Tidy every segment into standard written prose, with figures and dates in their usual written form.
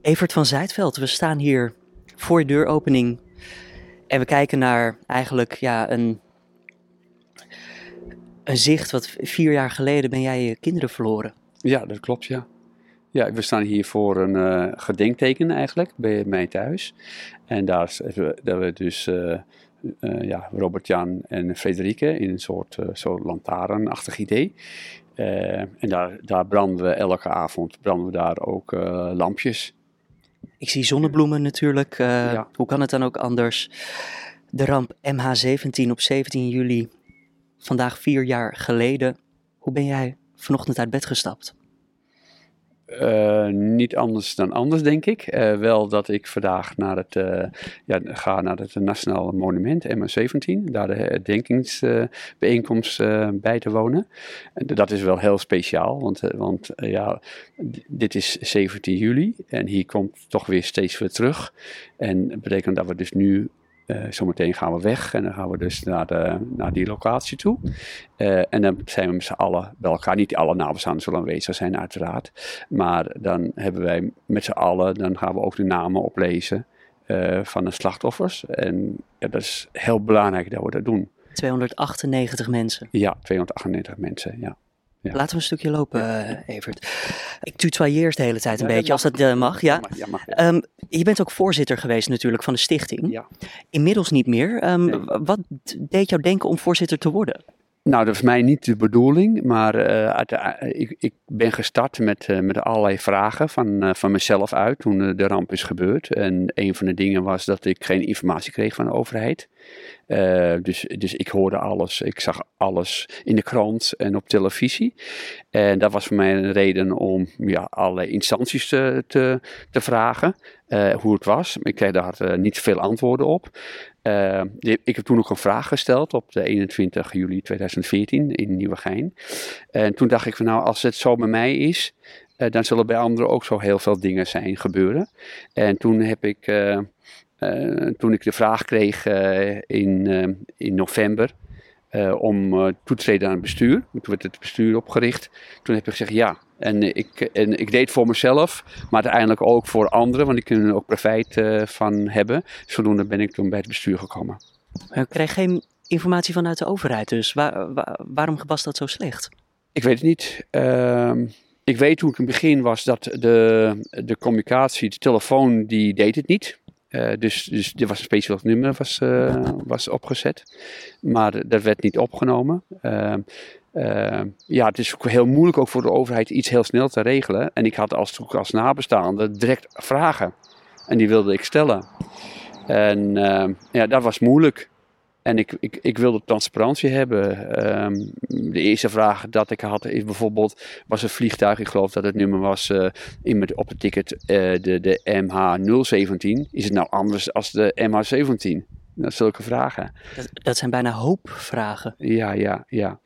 Evert van Zijtveld, we staan hier voor je deuropening en we kijken naar eigenlijk een zicht wat 4 jaar geleden ben jij je kinderen verloren. Ja, dat klopt, ja. Ja, we staan hier voor een gedenkteken eigenlijk bij mij thuis. En daar we dus Robert-Jan en Frederike in een soort zo lantaarnachtig idee. En daar branden we elke avond daar ook lampjes. Ik zie zonnebloemen natuurlijk. Hoe kan het dan ook anders? De ramp MH17 op 17 juli, vandaag 4 jaar geleden. Hoe ben jij vanochtend uit bed gestapt? Niet anders dan anders, denk ik. Wel dat ik vandaag ga naar het Nationaal Monument MH17. Daar de herdenkingsbijeenkomst bij te wonen. Dat is wel heel speciaal, want dit is 17 juli en hier komt toch weer steeds weer terug. En dat betekent dat we dus nu... zometeen gaan we weg en dan gaan we dus naar die locatie toe. En dan zijn we met z'n allen bij elkaar. Niet alle nabestaanden zullen aanwezig zijn uiteraard. Maar dan hebben wij met z'n allen, dan gaan we ook de namen oplezen van de slachtoffers. En dat is heel belangrijk dat we dat doen. 298 mensen. Ja, 298 mensen, ja. Ja. Laten we een stukje lopen, Evert. Ik tutoieer de hele tijd een beetje, als dat mag. Ja. Mag. Je bent ook voorzitter geweest natuurlijk van de stichting. Ja. Inmiddels niet meer. Nee. Wat deed jou denken om voorzitter te worden? Nou, dat is mij niet de bedoeling, maar ik ben gestart met allerlei vragen van mezelf uit toen de ramp is gebeurd. En een van de dingen was dat ik geen informatie kreeg van de overheid. Dus ik hoorde alles, ik zag alles in de krant en op televisie. En dat was voor mij een reden om allerlei instanties te vragen hoe het was. Ik kreeg daar niet veel antwoorden op. Ik heb toen ook een vraag gesteld op de 21 juli 2014 in Nieuwegein. En toen dacht ik van als het zo bij mij is, dan zullen bij anderen ook zo heel veel dingen gebeuren. En toen heb ik, toen ik de vraag kreeg in november om toe te treden aan het bestuur. Toen werd het bestuur opgericht. Toen heb ik gezegd ja. En ik deed het voor mezelf, maar uiteindelijk ook voor anderen, want ik kan er ook profijt van hebben. Zodoende ben ik toen bij het bestuur gekomen. Ik kreeg geen informatie vanuit de overheid, dus waarom was dat zo slecht? Ik weet het niet. Ik weet toen ik in het begin was dat de communicatie, de telefoon, die deed het niet. Dus er was een speciaal nummer was opgezet, maar dat werd niet opgenomen. Het is ook heel moeilijk ook voor de overheid iets heel snel te regelen. En ik had als nabestaande direct vragen. En die wilde ik stellen. En dat was moeilijk. En ik wilde transparantie hebben. De eerste vraag dat ik had is bijvoorbeeld, was een vliegtuig, ik geloof dat het nummer was op het ticket de MH017. Is het nou anders als de MH17? Dat zulke vragen. Dat zijn bijna hoopvragen. Ja.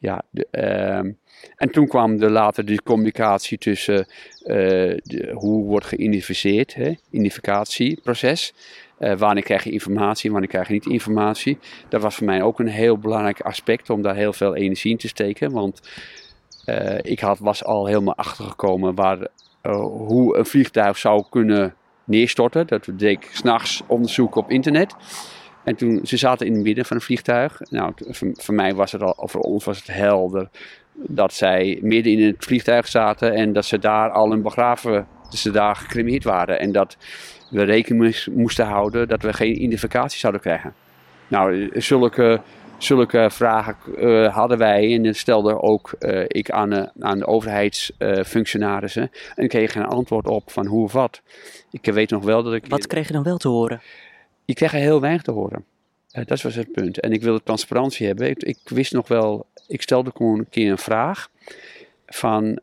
En toen kwam er later de communicatie tussen hoe wordt geïdentificeerd, identificatieproces. Wanneer krijg je informatie, wanneer krijg je niet informatie. Dat was voor mij ook een heel belangrijk aspect om daar heel veel energie in te steken. Want ik was al helemaal achtergekomen hoe een vliegtuig zou kunnen neerstorten. Dat deed ik 's nachts onderzoeken op internet. En toen, ze zaten in het midden van een vliegtuig. Nou, voor mij was het al, voor ons was het helder dat zij midden in het vliegtuig zaten en dat ze daar al een begraven, dat ze daar gecremeerd waren. En dat we rekening moesten houden dat we geen identificatie zouden krijgen. Nou, zulke vragen hadden wij en dat stelde ook ik aan de overheidsfunctionarissen en kreeg geen antwoord op van hoe of wat. Ik weet nog wel dat ik... Wat kreeg je dan wel te horen? Ik kreeg er heel weinig te horen. Dat was het punt. En ik wilde transparantie hebben. Ik wist nog wel, ik stelde gewoon een keer een vraag van,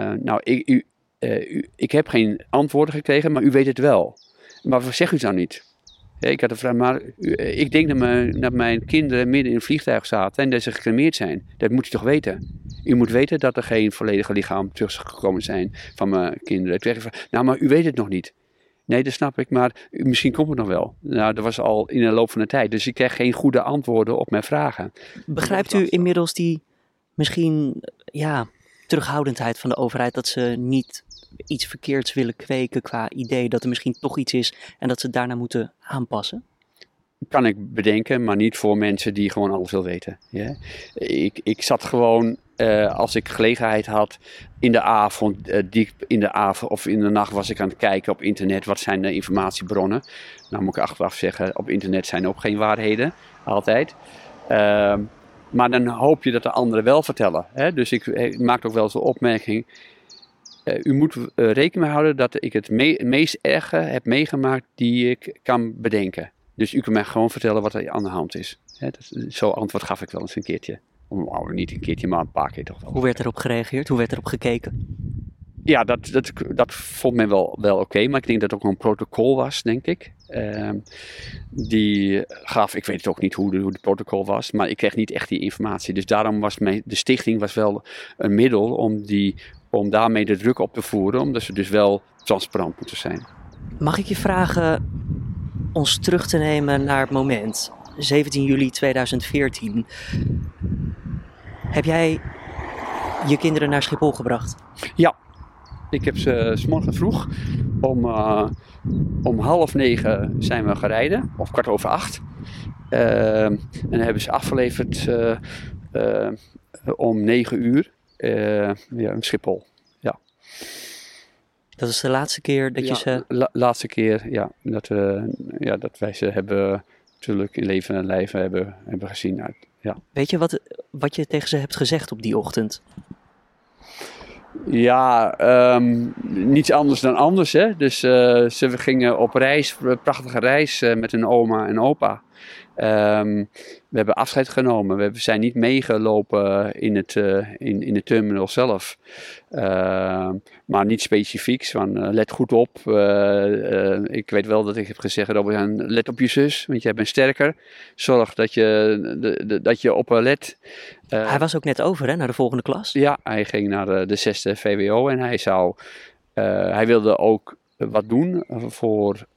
ik heb geen antwoorden gekregen, maar u weet het wel. Maar wat zegt u dan niet? Ja, ik had een vraag, maar ik denk dat mijn kinderen midden in een vliegtuig zaten en dat ze gecremeerd zijn. Dat moet u toch weten? U moet weten dat er geen volledige lichaam teruggekomen zijn van mijn kinderen. Ik kreeg maar u weet het nog niet. Nee, dat snap ik, maar misschien komt het nog wel. Nou, dat was al in de loop van de tijd. Dus ik kreeg geen goede antwoorden op mijn vragen. Begrijpt u inmiddels die misschien terughoudendheid van de overheid, dat ze niet iets verkeerds willen kweken qua idee dat er misschien toch iets is en dat ze het daarna moeten aanpassen? Kan ik bedenken, maar niet voor mensen die gewoon alles wil weten. Ja? Ik zat gewoon, als ik gelegenheid had, in de avond, diep in de avond of in de nacht was ik aan het kijken op internet. Wat zijn de informatiebronnen? Nou moet ik achteraf zeggen, op internet zijn ook geen waarheden, altijd. Maar dan hoop je dat de anderen wel vertellen. Hè? Dus ik maak ook wel eens de opmerking. U moet rekening mee houden dat ik het meest erge heb meegemaakt die ik kan bedenken. Dus u kunt mij gewoon vertellen wat er aan de hand is. Zo'n antwoord gaf ik wel eens een keertje. Niet een keertje, maar een paar keer toch wel. Hoe werd erop gereageerd? Hoe werd erop gekeken? Ja, dat vond men wel oké. Maar ik denk dat het ook een protocol was, denk ik. Die gaf, ik weet het ook niet hoe het protocol was. Maar ik kreeg niet echt die informatie. Dus daarom was de stichting was wel een middel om daarmee de druk op te voeren. Omdat ze dus wel transparant moeten zijn. Mag ik je vragen ons terug te nemen naar het moment, 17 juli 2014. Heb jij je kinderen naar Schiphol gebracht? Ja, ik heb ze 's morgens vroeg om 8:30 zijn we gereden, of 7:15. En dan hebben ze afgeleverd om 9:00 in Schiphol. Ja. Dat is de laatste keer dat je ze... Laatste keer, ja. Dat wij ze hebben natuurlijk in leven en lijven hebben gezien. Ja. Weet je wat je tegen ze hebt gezegd op die ochtend? Ja, niets anders dan anders. Hè? Dus ze gingen op reis, een prachtige reis met hun oma en opa. We hebben afscheid genomen. We zijn niet meegelopen in de terminal zelf. Maar niet specifiek. Van, let goed op. Ik weet wel dat ik heb gezegd, Robert, let op je zus, want jij bent sterker. Zorg dat je op haar let. Hij was ook net over, hè, naar de volgende klas? Ja, hij ging naar de 6e VWO en hij wilde ook wat doen voor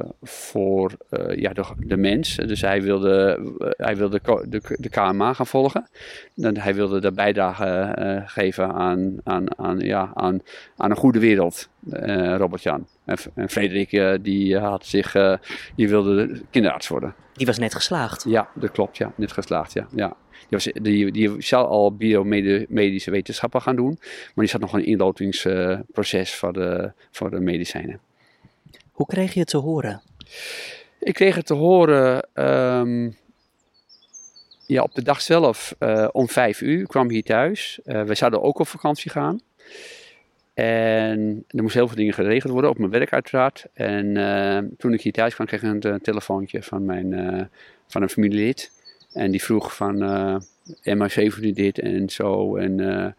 de mens. Dus hij wilde de KMA gaan volgen. Hij wilde de bijdrage geven aan een goede wereld, Robert-Jan. En Frederik die wilde kinderarts worden. Die was net geslaagd. Ja, dat klopt. Ja, net geslaagd. Ja. Die zou al biomedische wetenschappen gaan doen, maar die zat nog in een inlotingsproces voor de medicijnen. Hoe kreeg je het te horen? Ik kreeg het te horen op de dag zelf om 5:00. Ik kwam hier thuis. We zouden ook op vakantie gaan. En er moesten heel veel dingen geregeld worden, op mijn werk uiteraard. En toen ik hier thuis kwam, kreeg ik een telefoontje van een familielid. En die vroeg van, MH17 dit en zo. En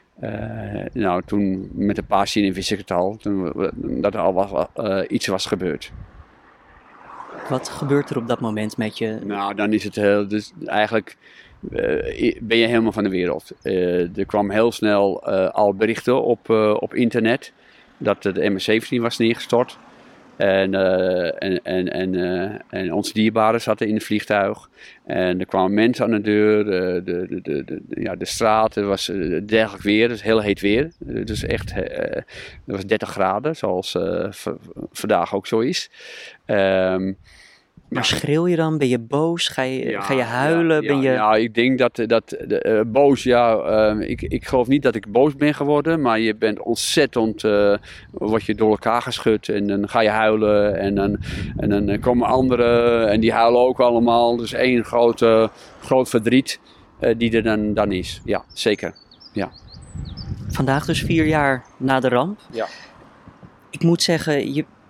toen met een paar zinnen wist ik het al. Dat er al iets was gebeurd. Wat gebeurt er op dat moment met je? Nou, dan is het dus eigenlijk ben je helemaal van de wereld. Er kwam heel snel al berichten op internet dat de MH17 was neergestort. En onze dierbaren zaten in het vliegtuig. En er kwamen mensen aan de deur. De straat, er was dergelijk weer, dus heel heet weer. Dus echt, er was 30 graden, zoals vandaag ook zo is. Maar schreeuw je dan? Ben je boos? Ga je huilen? Ja, ik denk dat boos, ik geloof niet dat ik boos ben geworden, maar je bent ontzettend, word je door elkaar geschud en dan ga je huilen en dan komen anderen en die huilen ook allemaal. Dus één groot verdriet die er dan is. Ja, zeker. Ja. Vandaag dus 4 jaar na de ramp. Ja. Ik moet zeggen,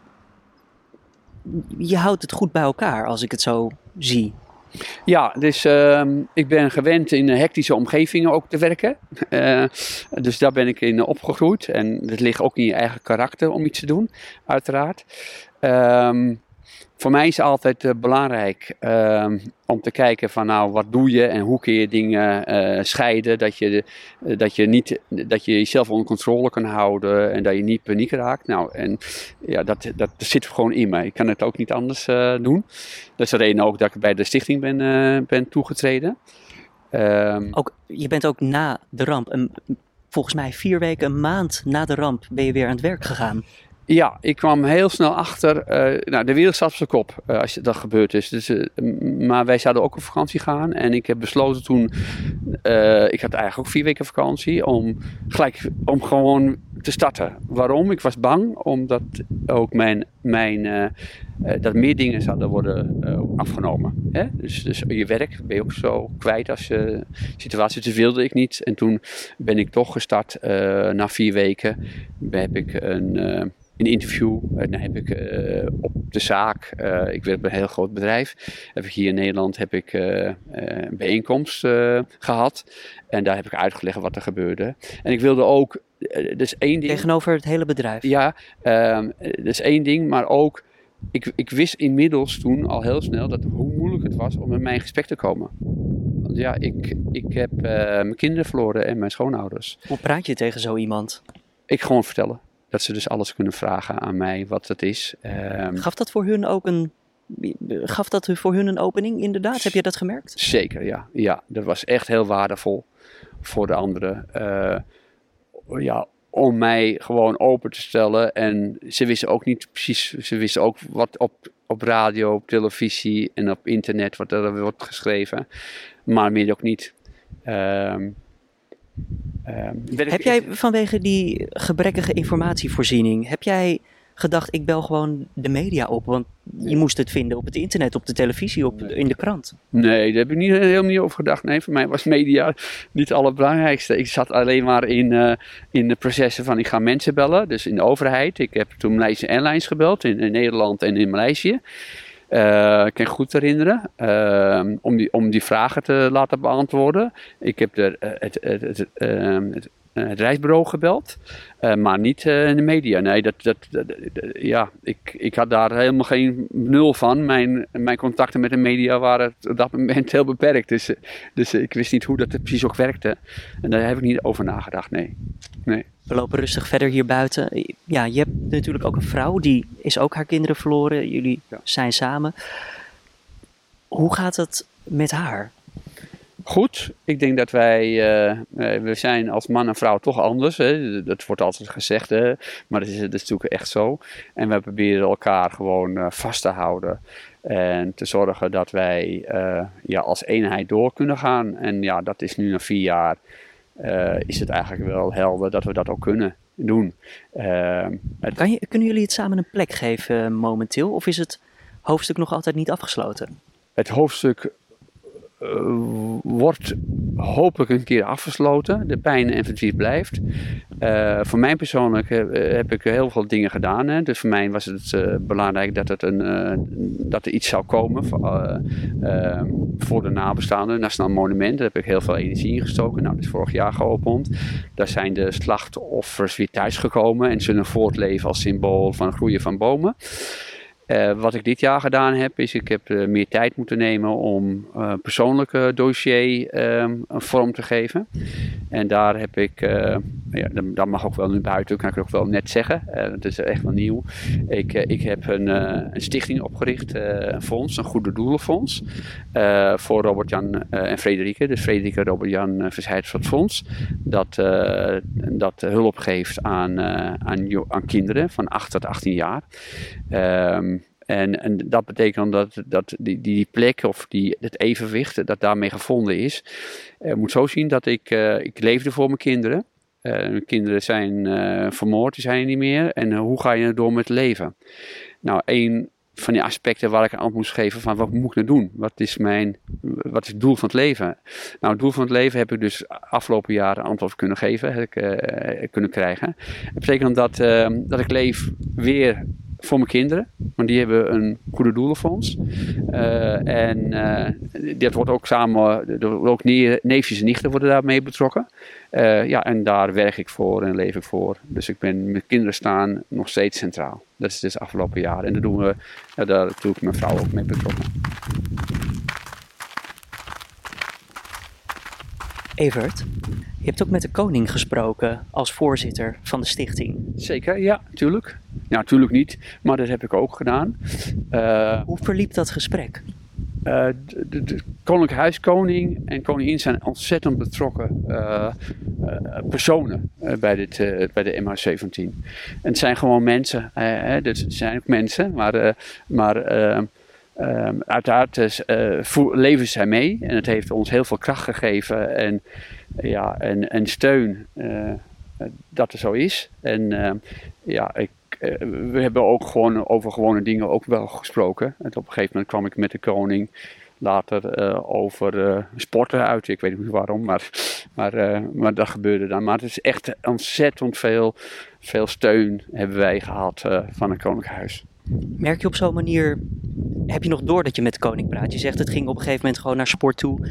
je houdt het goed bij elkaar als ik het zo zie. Ja, dus ik ben gewend in hectische omgevingen ook te werken. Dus daar ben ik in opgegroeid. En het ligt ook in je eigen karakter om iets te doen, uiteraard. Voor mij is het altijd belangrijk om te kijken van wat doe je en hoe kun je dingen scheiden. Dat je jezelf onder controle kan houden en dat je niet paniek raakt. Nou, en ja, dat zit gewoon in mij. Ik kan het ook niet anders doen. Dat is de reden ook dat ik bij de stichting ben toegetreden. Je bent ook na de ramp volgens mij 4 weken, een maand na de ramp ben je weer aan het werk gegaan. Ja, ik kwam heel snel achter. De wereld staat op zijn kop als dat gebeurd is. Dus, maar wij zouden ook op vakantie gaan. En ik heb besloten toen. Ik had eigenlijk ook 4 weken vakantie. Om gewoon te starten. Waarom? Ik was bang omdat ook dat meer dingen zouden worden afgenomen. Hè? Dus je werk ben je ook zo kwijt als je situatie. Dus wilde ik niet. En toen ben ik toch gestart. Na 4 weken heb ik een interview. Dan heb ik op de zaak. Ik werk bij een heel groot bedrijf. Heb ik hier in Nederland een bijeenkomst gehad. En daar heb ik uitgelegd wat er gebeurde. En ik wilde ook. Dus één ding. Tegenover het hele bedrijf? Ja, dat is één ding. Maar ook. Ik wist inmiddels toen al heel snel hoe moeilijk het was om met mij in gesprek te komen. Want ja, ik heb mijn kinderen verloren en mijn schoonouders. Hoe praat je tegen zo iemand? Ik gewoon vertellen. Dat ze dus alles kunnen vragen aan mij wat het is. Gaf dat voor hun een opening inderdaad? Heb je dat gemerkt? Zeker, ja. Ja, dat was echt heel waardevol voor de anderen. Om mij gewoon open te stellen. En ze wisten ook niet precies. Ze wisten ook wat op radio, op televisie en op internet wat er wordt geschreven. Maar meer ook niet. Heb jij vanwege die gebrekkige informatievoorziening, heb jij gedacht, ik bel gewoon de media op? Want je moest het vinden op het internet, op de televisie, in de krant. Nee, daar heb ik helemaal niet over gedacht. Nee, voor mij was media niet het allerbelangrijkste. Ik zat alleen maar in de processen van ik ga mensen bellen, dus in de overheid. Ik heb toen Malaysia Airlines gebeld in Nederland en in Maleisië. Ik kan goed herinneren, om die vragen te laten beantwoorden. Ik heb het reisbureau gebeld, maar niet in de media. Nee, ik had daar helemaal geen nul van. Mijn contacten met de media waren op dat moment heel beperkt. Dus ik wist niet hoe dat precies ook werkte. En daar heb ik niet over nagedacht, nee. We lopen rustig verder hier buiten. Ja, je hebt natuurlijk ook een vrouw, die is ook haar kinderen verloren. Jullie zijn samen. Hoe gaat het met haar? Goed, ik denk dat we zijn als man en vrouw toch anders. Hè. Dat wordt altijd gezegd, hè. Maar dat is natuurlijk echt zo. En we proberen elkaar gewoon vast te houden. En te zorgen dat wij als eenheid door kunnen gaan. En ja, dat is nu na 4 jaar. Is het eigenlijk wel helder dat we dat ook kunnen doen. Kunnen jullie het samen een plek geven momenteel? Of is het hoofdstuk nog altijd niet afgesloten? Het hoofdstuk wordt hopelijk een keer afgesloten. De pijn en verdriet blijft. Voor mij persoonlijk heb ik heel veel dingen gedaan. Hè. Dus voor mij was het belangrijk dat er iets zou komen voor de nabestaanden. Een nationaal monument. Daar heb ik heel veel energie in gestoken. Nou, dat is vorig jaar geopend. Daar zijn de slachtoffers weer thuisgekomen en zullen voortleven als symbool van het groeien van bomen. Wat ik dit jaar gedaan heb, is ik heb meer tijd moeten nemen om persoonlijke dossier een vorm te geven. En daar heb ik, dat mag ook wel nu buiten, kan ik ook wel net zeggen. Het is echt wel nieuw. Ik heb een stichting opgericht, een fonds, een goede doelenfonds. Voor Robert-Jan en Frederike, dus Frederike Robert-Jan Verscheidsfonds. Dat hulp geeft aan kinderen van 8 tot 18 jaar. En dat betekent dat die plek of het evenwicht dat daarmee gevonden is. Je moet zo zien dat ik leefde voor mijn kinderen. Mijn kinderen zijn vermoord, die zijn er niet meer. En hoe ga je door met leven? Nou, een van die aspecten waar ik een antwoord moest geven van wat moet ik nou doen? Wat is het doel van het leven? Nou, het doel van het leven heb ik dus afgelopen jaren antwoord kunnen geven, kunnen krijgen. Dat betekent dat ik leef weer voor mijn kinderen, want die hebben een goede doelenfonds. Dat wordt ook samen, ook neefjes en nichten worden daarmee betrokken. En daar werk ik voor en leef ik voor. Dus mijn kinderen staan nog steeds centraal. Dat is dus afgelopen jaar. En dat doen we, daar doe ik mijn vrouw ook mee betrokken. Evert, je hebt ook met de koning gesproken als voorzitter van de stichting. Zeker, ja, tuurlijk. Ja, natuurlijk niet, maar dat heb ik ook gedaan. Hoe verliep dat gesprek? de koninklijk huis, koning en koningin zijn ontzettend betrokken personen bij de MH17. En het zijn gewoon mensen, dus het zijn ook mensen, maar uiteraard leven zij mee en het heeft ons heel veel kracht gegeven en steun dat er zo is. En we hebben ook gewoon over gewone dingen ook wel gesproken. En op een gegeven moment kwam ik met de koning later over sporten uit. Ik weet niet waarom, maar dat gebeurde dan. Maar het is echt ontzettend veel steun hebben wij gehad van het koninklijk huis. Merk je op zo'n manier, heb je nog door dat je met de koning praat? Je zegt het ging op een gegeven moment gewoon naar sport toe.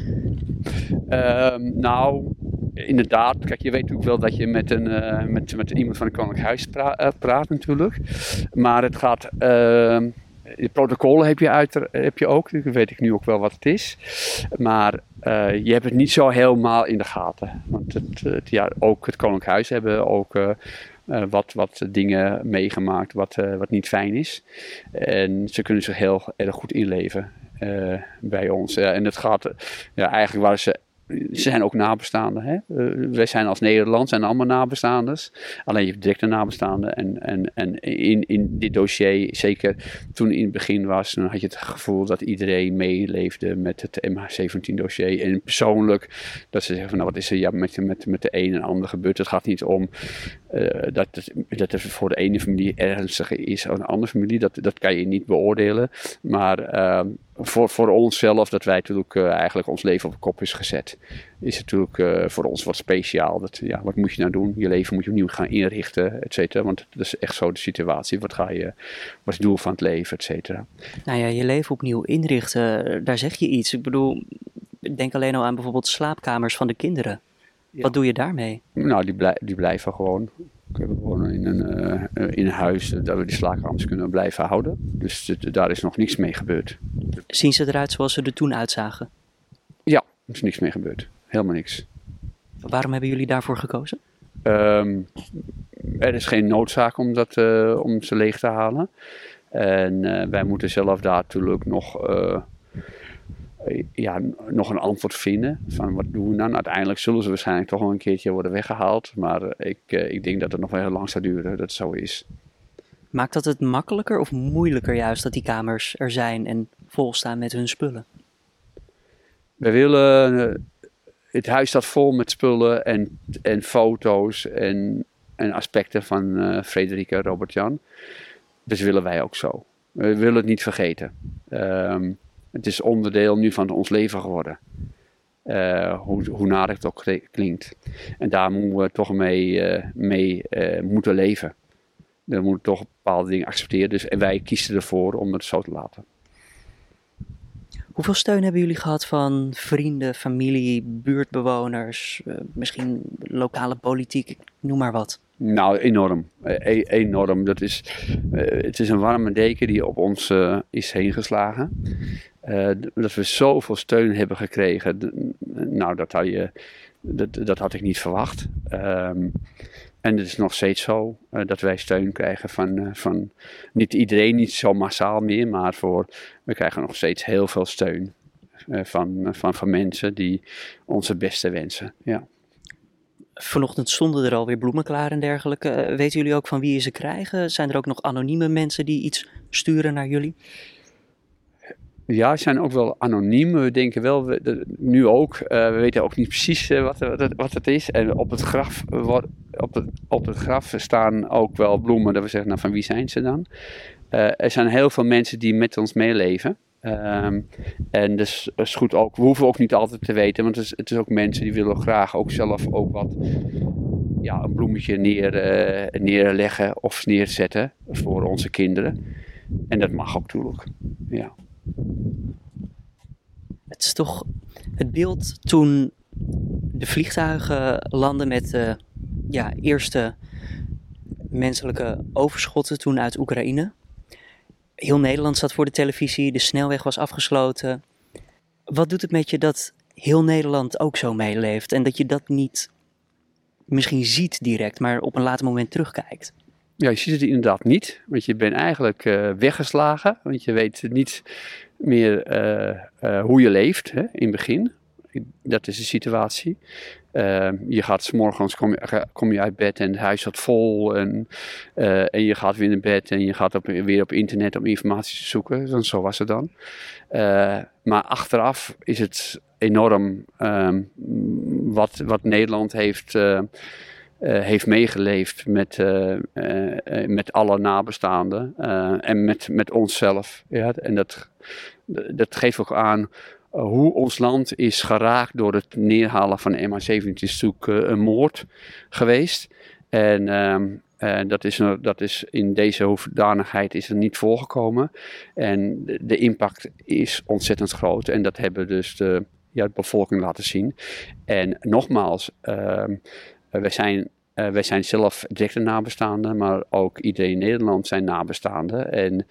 Nou, inderdaad. Kijk, je weet natuurlijk wel dat je met iemand van het koninklijk huis praat natuurlijk. Maar het gaat... de protocollen heb je ook. Dat weet ik nu ook wel wat het is. Maar je hebt het niet zo helemaal in de gaten. Want ook het koninklijk huis hebben ook... wat dingen meegemaakt wat niet fijn is. En ze kunnen zich heel erg goed inleven bij ons. En het gaat, eigenlijk waren ze zijn ook nabestaanden. Hè? Wij zijn als Nederland zijn allemaal nabestaanders. Alleen je hebt directe nabestaanden. En in dit dossier, zeker toen in het begin was, dan had je het gevoel dat iedereen meeleefde met het MH17 dossier. En persoonlijk, dat ze zeggen van nou wat is er met de een en ander gebeurd. Het gaat niet om dat het voor de ene familie ernstiger is dan de andere familie. Dat kan je niet beoordelen. Maar voor onszelf, dat wij natuurlijk eigenlijk ons leven op de kop is gezet, is natuurlijk voor ons wat speciaal. Wat moet je nou doen? Je leven moet je opnieuw gaan inrichten, et cetera. Want dat is echt zo de situatie. Wat is het doel van het leven, et cetera? Nou ja, je leven opnieuw inrichten, daar zeg je iets. Ik bedoel, denk alleen al aan bijvoorbeeld slaapkamers van de kinderen. Ja. Wat doe je daarmee? Nou, die blijven gewoon. We hebben gewoon in een huis dat we die slaapkamers kunnen blijven houden. Dus daar is nog niks mee gebeurd. Zien ze eruit zoals ze er toen uitzagen? Ja, er is niks mee gebeurd. Helemaal niks. Waarom hebben jullie daarvoor gekozen? Er is geen noodzaak om ze leeg te halen. En wij moeten zelf daar natuurlijk nog een antwoord vinden. Van wat doen we dan? Uiteindelijk zullen ze waarschijnlijk toch wel een keertje worden weggehaald. Maar ik denk dat het nog wel heel lang zal duren dat het zo is. Maakt dat het makkelijker of moeilijker juist dat die kamers er zijn en vol staan met hun spullen? We willen... Het huis staat vol met spullen en foto's en aspecten van Frederike en Robert-Jan. Dus willen wij ook zo. We willen het niet vergeten. Het is onderdeel nu van ons leven geworden. Hoe naar het ook klinkt. En daar moeten we toch mee moeten leven. We moeten toch bepaalde dingen accepteren. Dus, en wij kiezen ervoor om het zo te laten. Hoeveel steun hebben jullie gehad van vrienden, familie, buurtbewoners, misschien lokale politiek, noem maar wat? Nou, enorm. Enorm. Het is een warme deken die op ons is heen geslagen. Dat we zoveel steun hebben gekregen, nou, dat had ik niet verwacht. En het is nog steeds zo dat wij steun krijgen van niet iedereen, niet zo massaal meer, maar we krijgen nog steeds heel veel steun van mensen die ons het beste wensen. Ja. Vanochtend stonden er alweer bloemen klaar en dergelijke. Weten jullie ook van wie je ze krijgen? Zijn er ook nog anonieme mensen die iets sturen naar jullie? Ja, ze zijn ook wel anoniem. We denken wel, nu ook, we weten ook niet precies wat het is. En op het graf staan ook wel bloemen dat we zeggen, nou van wie zijn ze dan? Er zijn heel veel mensen die met ons meeleven. En dus is goed ook, we hoeven ook niet altijd te weten, want het is ook mensen die willen graag ook zelf ook wat, een bloemetje neerleggen of neerzetten voor onze kinderen. En dat mag ook natuurlijk, ja. Het is toch het beeld toen de vliegtuigen landden met de eerste menselijke overschotten toen uit Oekraïne. Heel Nederland zat voor de televisie, de snelweg was afgesloten. Wat doet het met je dat heel Nederland ook zo meeleeft en dat je dat niet misschien ziet direct, maar op een later moment terugkijkt? Ja, je ziet het inderdaad niet, want je bent eigenlijk weggeslagen, want je weet niet meer hoe je leeft, hè, in het begin. Dat is de situatie. Je gaat 's morgens kom je uit bed en het huis staat vol. En je gaat weer naar bed en je gaat weer op internet om informatie te zoeken. Zo was het dan. Maar achteraf is het enorm wat Nederland heeft meegeleefd met alle nabestaanden en met onszelf. Ja? En dat geeft ook aan hoe ons land is geraakt door het neerhalen van de MH17. Het is natuurlijk een moord geweest. En dat is in deze hoedanigheid is er niet voorgekomen. En de impact is ontzettend groot. En dat hebben dus de bevolking laten zien. En nogmaals, wij zijn zelf directe nabestaanden, maar ook iedereen in Nederland zijn nabestaanden.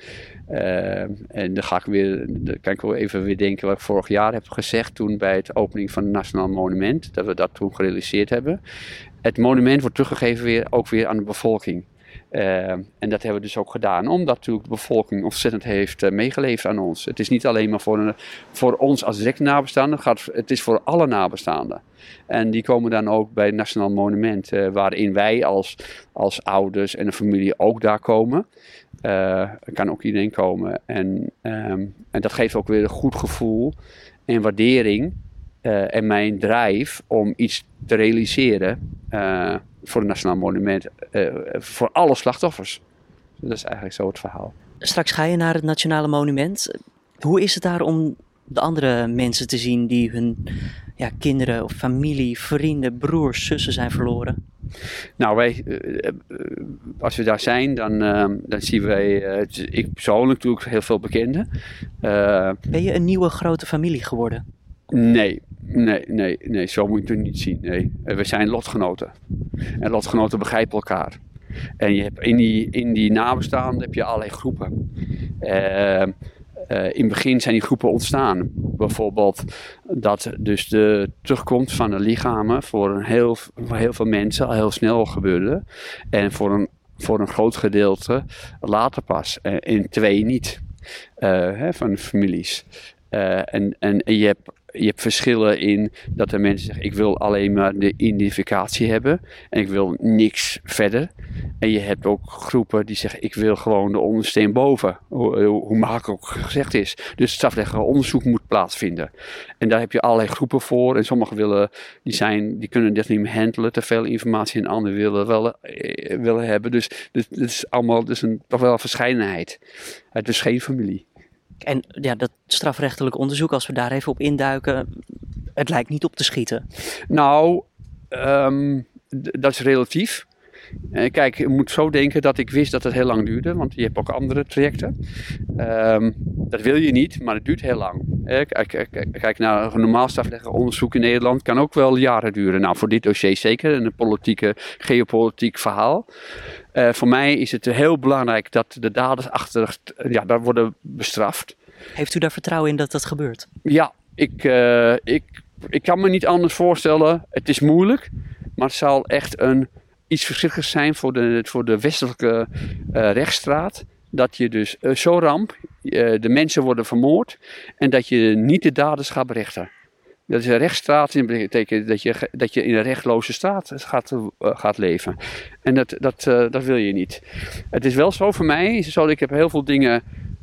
En dan kan ik wel even weer denken wat ik vorig jaar heb gezegd toen bij het opening van het Nationaal Monument, dat we dat toen gerealiseerd hebben. Het monument wordt teruggegeven ook weer aan de bevolking. En dat hebben we dus ook gedaan, omdat natuurlijk de bevolking ontzettend heeft meegeleefd aan ons. Het is niet alleen maar voor ons als directe nabestaanden, het is voor alle nabestaanden. En die komen dan ook bij het Nationaal Monument, waarin wij als ouders en de familie ook daar komen. Er kan ook iedereen komen. En dat geeft ook weer een goed gevoel en waardering en mijn drive om iets te realiseren voor het Nationaal Monument, voor alle slachtoffers. Dat is eigenlijk zo het verhaal. Straks ga je naar het Nationale Monument. Hoe is het daar om de andere mensen te zien die hun kinderen of familie, vrienden, broers, zussen zijn verloren? Nou, als we daar zijn, dan zien wij, ik persoonlijk natuurlijk heel veel bekenden. Ben je een nieuwe grote familie geworden? Nee, zo moet je het niet zien. Nee. We zijn lotgenoten. En lotgenoten begrijpen elkaar. En je hebt in die nabestaanden heb je allerlei groepen. In het begin zijn die groepen ontstaan. Bijvoorbeeld dat dus de terugkomst van de lichamen voor heel veel mensen al heel snel gebeurde. En voor een groot gedeelte later pas. In 2 niet. Van de families. En je hebt verschillen in dat de mensen zeggen, ik wil alleen maar de identificatie hebben en ik wil niks verder. En je hebt ook groepen die zeggen, ik wil gewoon de ondersteen boven, hoe makkelijk ook gezegd is. Dus strafrechtelijk onderzoek moet plaatsvinden. En daar heb je allerlei groepen voor en sommigen die kunnen dit niet meer handelen, te veel informatie, en anderen willen hebben. Dus het is allemaal toch wel een verscheidenheid. Het is geen familie. En dat strafrechtelijk onderzoek, als we daar even op induiken, het lijkt niet op te schieten. Nou, dat is relatief. Kijk, je moet zo denken dat ik wist dat het heel lang duurde, want je hebt ook andere trajecten. Dat wil je niet, maar het duurt heel lang. Kijk naar een normaal strafrechtelijk onderzoek in Nederland, kan ook wel jaren duren. Nou, voor dit dossier zeker, een geopolitiek verhaal. Voor mij is het heel belangrijk dat de daders daar worden bestraft. Heeft u daar vertrouwen in dat dat gebeurt? Ja, ik kan me niet anders voorstellen. Het is moeilijk, maar het zal echt iets verschrikkelijks zijn voor de westelijke rechtsstraat. Dat je dus zo ramp, de mensen worden vermoord en dat je niet de daders gaat berechten. Dat is een rechtsstraat, dat betekent dat je in een rechtloze staat gaat leven. En dat wil je niet. Het is wel zo voor mij, ik heb heel veel dingen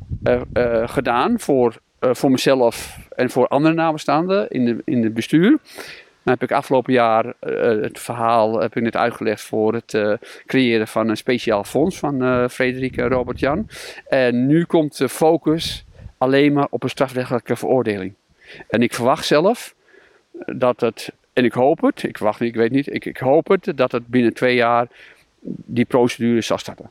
gedaan voor mezelf en voor andere nabestaanden in het bestuur. Dan heb ik afgelopen jaar het verhaal heb ik net uitgelegd voor het creëren van een speciaal fonds van Frederik en Robert-Jan. En nu komt de focus alleen maar op een strafrechtelijke veroordeling. En ik verwacht zelf dat het, en ik hoop het, ik weet niet, ik hoop het, dat het binnen 2 jaar die procedure zal starten.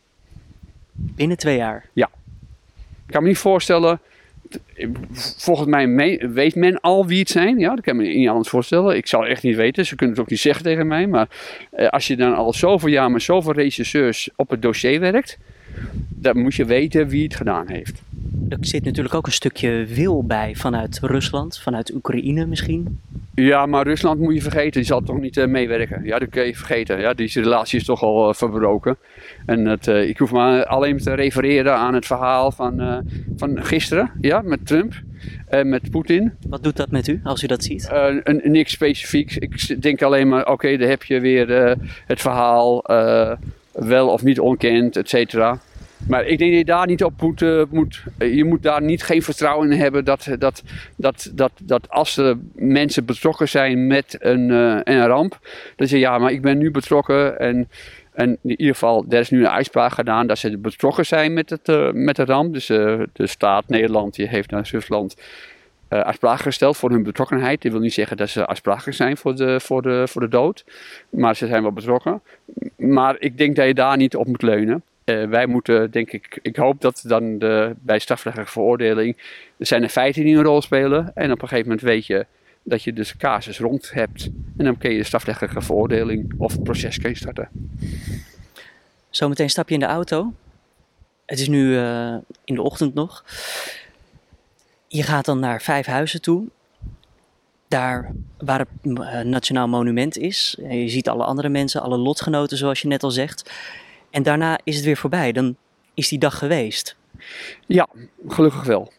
Binnen 2 jaar? Ja. Ik kan me niet voorstellen, volgens mij weet men al wie het zijn. Ja, dat kan me niet anders voorstellen. Ik zal het echt niet weten, ze kunnen het ook niet zeggen tegen mij. Maar als je dan al zoveel jaar met zoveel rechercheurs op het dossier werkt, dan moet je weten wie het gedaan heeft. Er zit natuurlijk ook een stukje wil bij vanuit Rusland, vanuit Oekraïne misschien. Ja, maar Rusland moet je vergeten, die zal toch niet meewerken. Ja, dat kun je vergeten. Ja, die relatie is toch al verbroken. En ik hoef maar alleen te refereren aan het verhaal van gisteren, ja, met Trump en met Poetin. Wat doet dat met u, als u dat ziet? Niks specifieks. Ik denk alleen maar, oké, daar heb je weer het verhaal wel of niet ontkend, et cetera. Maar ik denk dat je daar niet op moet. Je moet daar geen vertrouwen in hebben dat als er mensen betrokken zijn met een ramp, dat ze ja, maar ik ben nu betrokken en in ieder geval, er is nu een uitspraak gedaan dat ze betrokken zijn met de ramp. Dus de staat Nederland die heeft naar Rusland aansprakelijk gesteld voor hun betrokkenheid. Dat wil niet zeggen dat ze aansprakelijk zijn voor de dood, maar ze zijn wel betrokken. Maar ik denk dat je daar niet op moet leunen. Wij moeten, denk ik hoop dat dan bij strafrechtelijke veroordeling er zijn er feiten die een rol spelen. En op een gegeven moment weet je dat je dus casus rond hebt. En dan kun je de strafrechtelijke veroordeling of het proces kun je starten. Zometeen stap je in de auto. Het is nu in de ochtend nog. Je gaat dan naar 5 huizen toe. Daar waar het Nationaal Monument is. Je ziet alle andere mensen, alle lotgenoten zoals je net al zegt. En daarna is het weer voorbij. Dan is die dag geweest. Ja, gelukkig wel.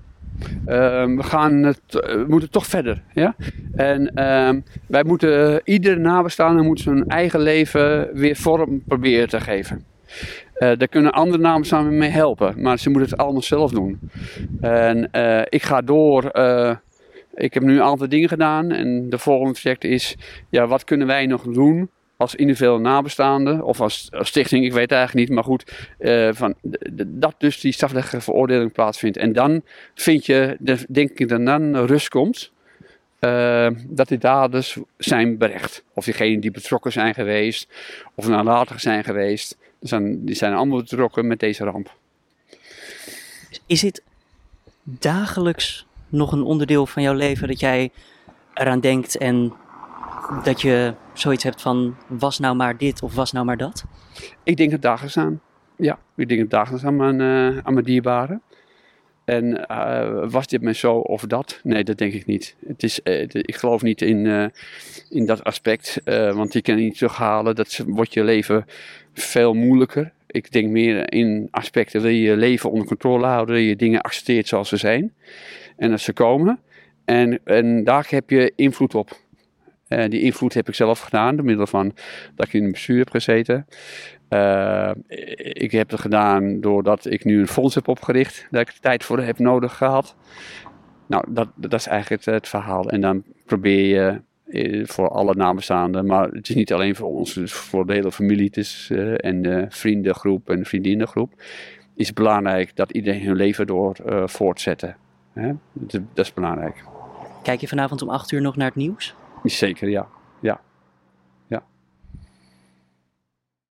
We moeten toch verder. Ja? En wij moeten, iedere nabestaande moet zijn eigen leven weer vorm proberen te geven. Daar kunnen andere nabestaanden mee helpen. Maar ze moeten het allemaal zelf doen. En ik ga door. Ik heb nu een aantal dingen gedaan. En de volgende project is, ja, wat kunnen wij nog doen als individuele nabestaande of als stichting, ik weet het eigenlijk niet, maar goed, dat dus die strafrechtelijke veroordeling plaatsvindt. En dan vind je, denk ik dat dan rust komt, dat die daders zijn berecht. Of diegenen die betrokken zijn geweest, of nalatig zijn geweest, die zijn allemaal betrokken met deze ramp. Is dit dagelijks nog een onderdeel van jouw leven dat jij eraan denkt en dat je zoiets hebt van, was nou maar dit of was nou maar dat? Ik denk het dagelijks aan. Ja, ik denk het dagelijks aan mijn dierbaren. En was dit maar zo of dat? Nee, dat denk ik niet. Ik geloof niet in dat aspect, want die kan je niet terughalen. Dat wordt je leven veel moeilijker. Ik denk meer in aspecten, wil je je leven onder controle houden, dat je dingen accepteert zoals ze zijn. En dat ze komen. En daar heb je invloed op. Die invloed heb ik zelf gedaan, door middel van dat ik in het bestuur heb gezeten. Ik heb het gedaan doordat ik nu een fonds heb opgericht, dat ik de tijd voor heb nodig gehad. Nou, dat is eigenlijk het verhaal. En dan probeer je voor alle nabestaanden, maar het is niet alleen voor ons, dus voor de hele familie en de vriendengroep en de vriendinnengroep, is het belangrijk dat iedereen hun leven door voortzetten. Dat is belangrijk. Kijk je vanavond om 8 uur nog naar het nieuws? Zeker, ja.